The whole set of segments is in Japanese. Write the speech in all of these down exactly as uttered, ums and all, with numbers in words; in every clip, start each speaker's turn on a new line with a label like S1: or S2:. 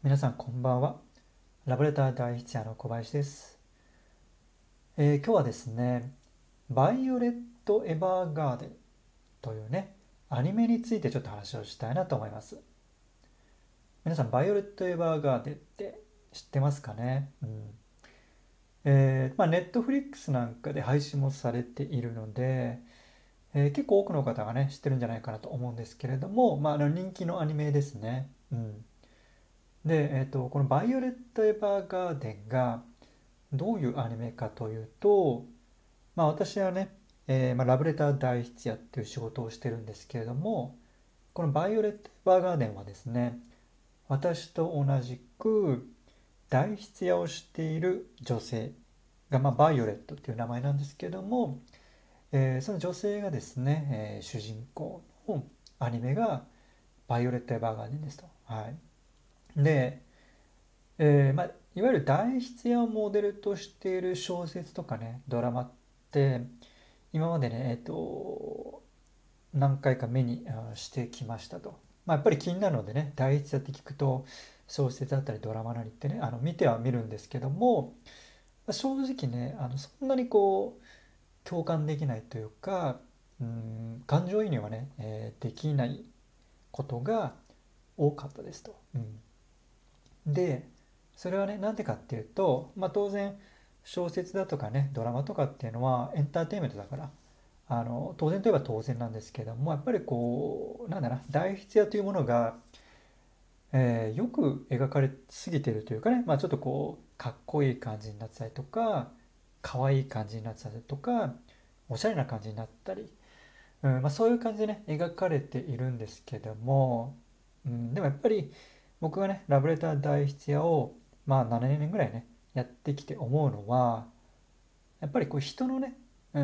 S1: 皆さんこんばんは。ラブレター第一夜の小林です。えー今日はですね、バイオレット・エヴァーガーデンというね、アニメについてちょっと話をしたいなと思います。皆さん、バイオレット・エヴァーガーデンって知ってますかね？うん。えーまあ、ネットフリックスなんかで配信もされているので、えー結構多くの方がね、知ってるんじゃないかなと思うんですけれども、まあ、あの人気のアニメですね。うん。で、えっと、このバイオレット・エヴァーガーデンが、どういうアニメかというと、まあ私はね、えーまあ、ラブレター代筆屋っていう仕事をしてるんですけれども、このバイオレット・エヴァーガーデンはですね、私と同じく代筆屋をしている女性が、まあ、バイオレットっていう名前なんですけれども、えーその女性がですね、えー主人公のアニメがバイオレット・エヴァーガーデンですと。はい。で、えーまあ、いわゆる代筆屋をモデルとしている小説とかね、ドラマって今までね、えっと、何回か目にあしてきましたと。まあ、やっぱり気になるのでね、第一だって聞くと、小説だったりドラマなりってね、あの見ては見るんですけども、まあ正直ね、あのそんなにこう、共感できないというか、うん、感情移入はね、えーできないことが多かったですと。うん、で、それはね、なんでかっていうと、まあ当然、小説だとかね、ドラマとかっていうのはエンターテインメントだから、あの当然といえば当然なんですけども、やっぱりこうなんだな、代筆屋というものが、えーよく描かれすぎてるというかね、まあ、ちょっとこうかっこいい感じになってたりとか、可愛い感じになってたりとか、おしゃれな感じになったり、うんまあ、そういう感じでね描かれているんですけども、うん、でもやっぱり僕がねラブレター代筆屋をまあななねんぐらいねやってきて思うのは、やっぱりこう人のね、うん、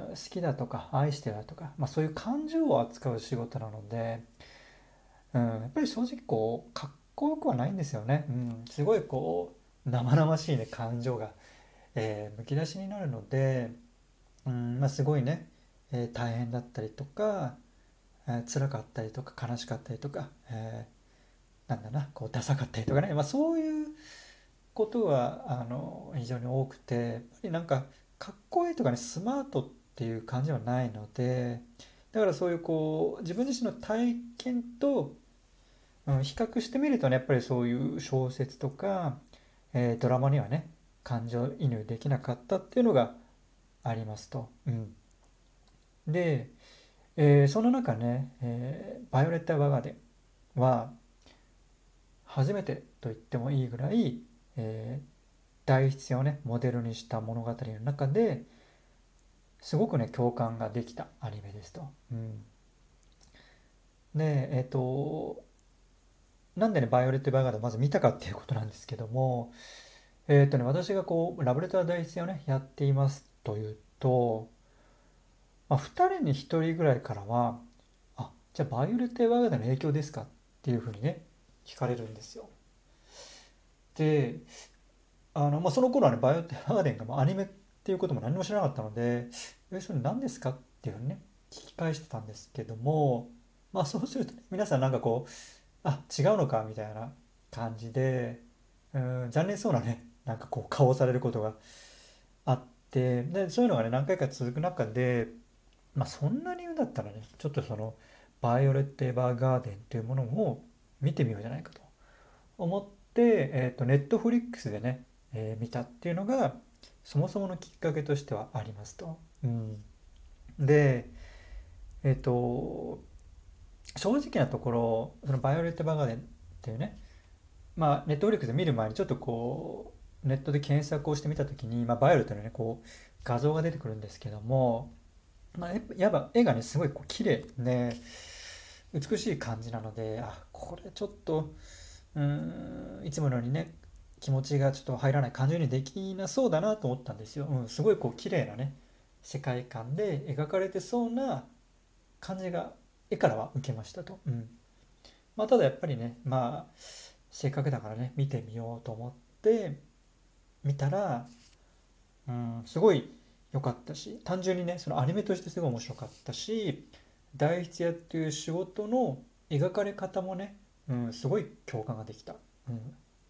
S1: 好きだとか愛してるだとか、まあ、そういう感情を扱う仕事なので、うん、やっぱり正直こうかっこよくはないんですよね。うん、すごいこう生々しいね感情が、えーむき出しになるので、うんまあ、すごいね、えー大変だったりとか、えー辛かったりとか悲しかったりとか、えーなんだなこうダサかったりとかね、まあ、そういうことはあの非常に多くて、やっぱりなんかかっこいいとかねスマートっていう感じはないので、だからそういうこう自分自身の体験と、うん、比較してみるとね、やっぱりそういう小説とか、えードラマにはね感情移入できなかったっていうのがありますと。うん、で、えーその中ね、えーバイオレット・エヴァーガーデンは初めてと言ってもいいぐらい、えー大筆をねモデルにした物語の中ですごくね共感ができたアニメですと。うん、でえっ、となんでねバイオレット・エヴァーガーデンをまず見たかっていうことなんですけども、えっ、とね私がこうラブレター第一線をねやっていますというと、まあ、ふたりにひとりぐらいからは「あ、じゃあバイオレット・エヴァーガーデンの影響ですか？」っていうふうにね聞かれるんですよ。で、あの、まあ、その頃はねバイオレット・エヴァーガーデンがまあアニメっていうことも何も知らなかったので「え、それ何ですか？」っていうふうにね聞き返してたんですけども、まあそうするとね皆さんなんかこうあ、違うのかみたいな感じで、うん、残念そうなね、なんかこう顔をされることがあって、で、そういうのがね、何回か続く中で、まあそんなに言うんだったらね、ちょっとその、バイオレット・エヴァーガーデンというものを見てみようじゃないかと思って、えっと、ネットフリックスでね、えー見たっていうのが、そもそものきっかけとしてはありますと。うん。で、えっと、正直なところ、そのバイオレット・エヴァーガーデンっていうね、まあ、ネットフリックスで見る前にちょっとこう、ネットで検索をしてみたときに、まあ、バイオレットのね、こう、画像が出てくるんですけども、まあ、やっぱやっぱ絵がね、すごいこう綺麗で、美しい感じなので、あ、これちょっと、うーん、いつものようにね、気持ちがちょっと入らない感情にできなそうだなと思ったんですよ。うん、すごいこう綺麗なね、世界観で描かれてそうな感じが、絵からは受けましたと。うん。まあ、ただやっぱりね、まあ、せっかくだからね、見てみようと思って見たら、うん、すごい良かったし、単純にね、そのアニメとしてすごい面白かったし、代筆屋っていう仕事の描かれ方もね、うん、すごい共感ができた。うん。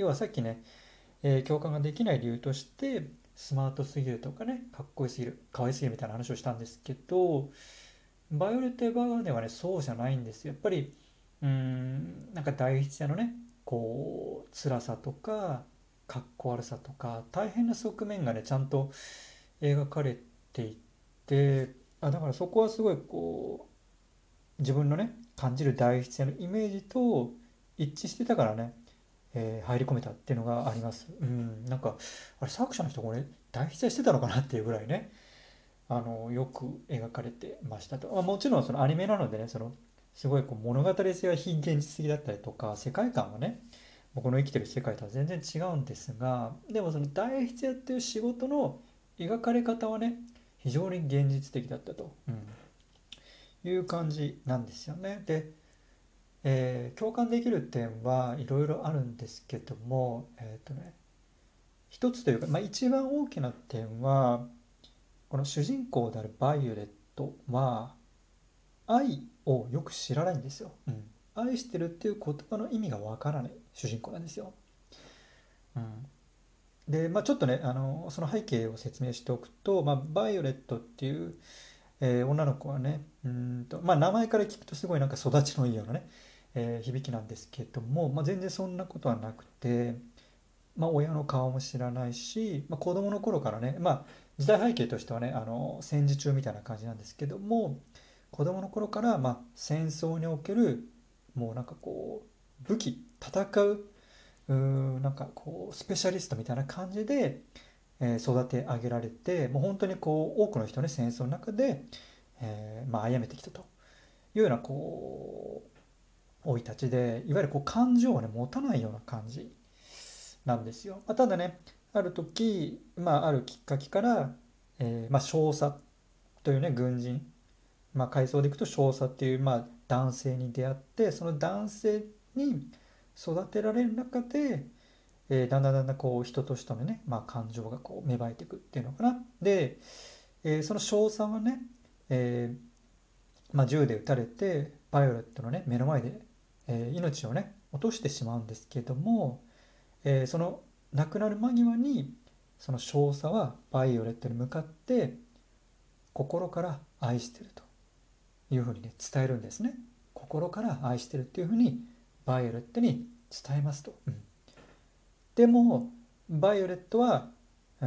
S1: 要はさっきね、えー共感ができない理由としてスマートすぎるとかね、かっこよすぎる、可愛すぎるみたいな話をしたんですけど、バイオレット・エヴァーガーデンはね、そうじゃないんですよ。やっぱり、うーん、なんか第一夜のね、こう、辛さとか、かっこ悪さとか、大変な側面がね、ちゃんと描かれていて、あ、だからそこはすごいこう、自分のね、感じる第一夜のイメージと一致してたからね、えー入り込めたっていうのがあります。うん、なんか、あれ、作者の人これ、代筆してたのかなっていうぐらいね、あの、よく描かれてましたと。まあ、もちろんそのアニメなのでね、その、すごいこう物語性は非現実的だったりとか、世界観はね、僕の生きてる世界とは全然違うんですが、でもその代筆屋っていう仕事の描かれ方はね、非常に現実的だったと、うんいう感じなんですよね。で、えー共感できる点はいろいろあるんですけども、えっとね、一つというか、まあ、一番大きな点は、この主人公であるバイオレットは、愛をよく知らないんですよ。うん、愛してるっていう言葉の意味がわからない主人公なんですよ。うん、で、まあ、ちょっとね、あの、その背景を説明しておくと、まあ、バイオレットっていう、えー女の子はね、うーんと、まあ、名前から聞くとすごいなんか育ちのいいようなね、えー響きなんですけども、まあ、全然そんなことはなくて、まあ、親の顔も知らないし、まあ、子供の頃からね、まあ、時代背景としてはね、あの戦時中みたいな感じなんですけども、子供の頃から、まあ、戦争におけるもうなんかこう武器戦う、うーなんかこうスペシャリストみたいな感じで、えー育て上げられて、もう本当にこう多くの人ね、戦争の中で、えーまあ、殺めてきたというようなこう生い立ちで、いわゆるこう感情をね持たないような感じなんですよ。まあ、ただね、ある時、まあ、あるきっかけから、えーまあ、少佐というね、軍人、まあ、階層でいくと少佐っていう、まあ、男性に出会って、その男性に育てられる中で、えーだんだんだんだんこう人としてのね、まあ、感情がこう芽生えていくっていうのかな。で、えーその少佐はね、えーまあ、銃で撃たれて、バイオレットのね、目の前で、えー命をね、落としてしまうんですけども、えーその亡くなる間際にその少佐はバイオレットに向かって心から愛してるというふうにね伝えるんですね。心から愛してるっていうふうにバイオレットに伝えますと、うん、でもバイオレットはうん、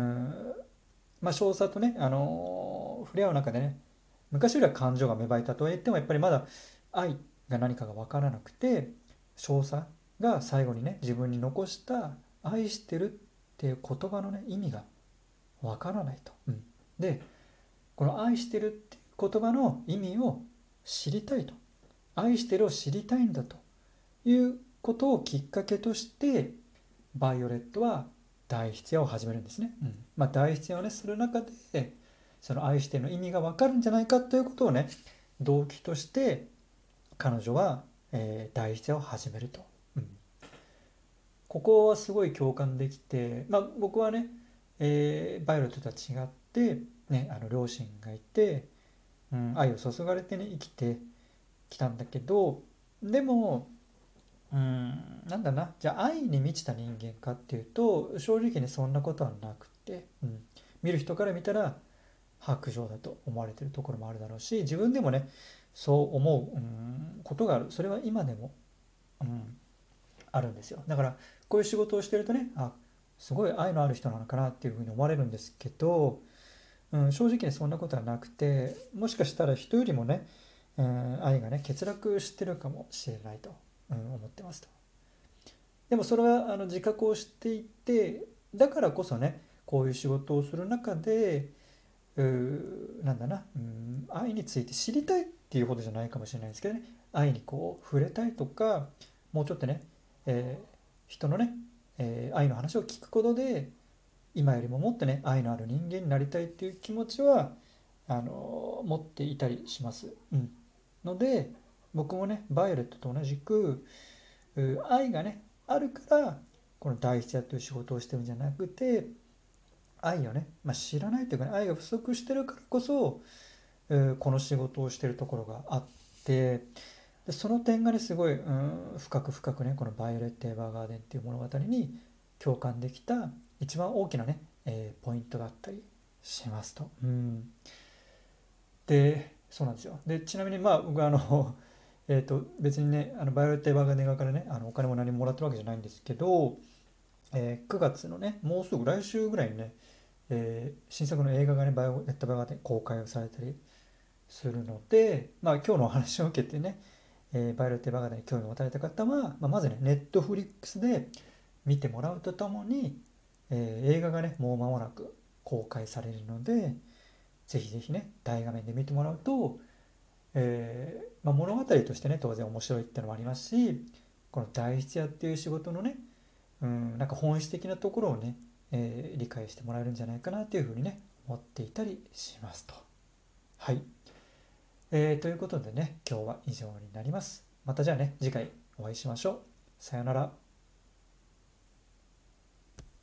S1: まあ、少佐とね、あのー触れ合う中でね、昔よりは感情が芽生えたとは言ってもやっぱりまだ愛が何かが分からなくて、少佐が最後にね自分に残した愛してるっていう言葉のね意味が分からないと、うん、でこの愛してるっていう言葉の意味を知りたいと、愛してるを知りたいんだということをきっかけとしてバイオレットは代筆屋を始めるんですね、うん、まあ代筆屋をねする中でその愛してるの意味が分かるんじゃないかということをね動機として彼女は、えー、代筆屋を始めると、うん、ここはすごい共感できて、まあ、僕はね、えーバイオレットとは違って、ね、あの両親がいて、うん、愛を注がれてね生きてきたんだけど、でも、うん、なんだな、じゃあ愛に満ちた人間かっていうと正直にそんなことはなくて、うん、見る人から見たら薄情だと思われてるところもあるだろうし、自分でもねそう思う、うん、ことがある。それは今でも、うん、あるんですよ。だからこういう仕事をしてるとね、あ、すごい愛のある人なのかなっていうふうに思われるんですけど、うん、正直にそんなことはなくて、もしかしたら人よりもね、うん、愛がね欠落してるかもしれないと、うん、思ってますと。でもそれはあの自覚をしていて、だからこそねこういう仕事をする中で、うーなんだな、うん、愛について知りたいっていうことじゃないかもしれないですけどね、愛にこう触れたいとか、もうちょっとね、えー人のね、えー愛の話を聞くことで今よりももっとね愛のある人間になりたいっていう気持ちはあの持っていたりします、うん、ので僕もねバイオレットと同じくう愛がねあるからこの代筆屋という仕事をしてるんじゃなくて、愛をね、まあ、知らないというかね、愛が不足してるからこそ、うこの仕事をしてるところがあって、 でその点がねすごい、うん、深く深くねこの「バイオレット・エヴァーガーデン」っていう物語に共感できた一番大きなね、えーポイントだったりしますと。うん、でそうなんですよ。でちなみにまあ僕あのえーと別にねあのバイオレット・エヴァーガーデン側からねあのお金も何ももらってるわけじゃないんですけど、えーくがつのねもうすぐ来週ぐらいにね、えー新作の映画がねバイオレット・エヴァーガーデン公開をされたりするので、まあ、今日のお話を受けてね、えーバイオレット・エヴァーガーデンに興味を持たれた方は、まあ、まずねネットフリックスで見てもらうとともに、えー映画がねもう間もなく公開されるので、ぜひぜひね大画面で見てもらうと、えーまあ、物語としてね当然面白いっていうのもありますし、この代筆屋っていう仕事のね、うん、なんか本質的なところをね、えー理解してもらえるんじゃないかなというふうにね思っていたりしますと。はい、えーということでね今日は以上になります。またじゃあね次回お会いしましょう。さよなら。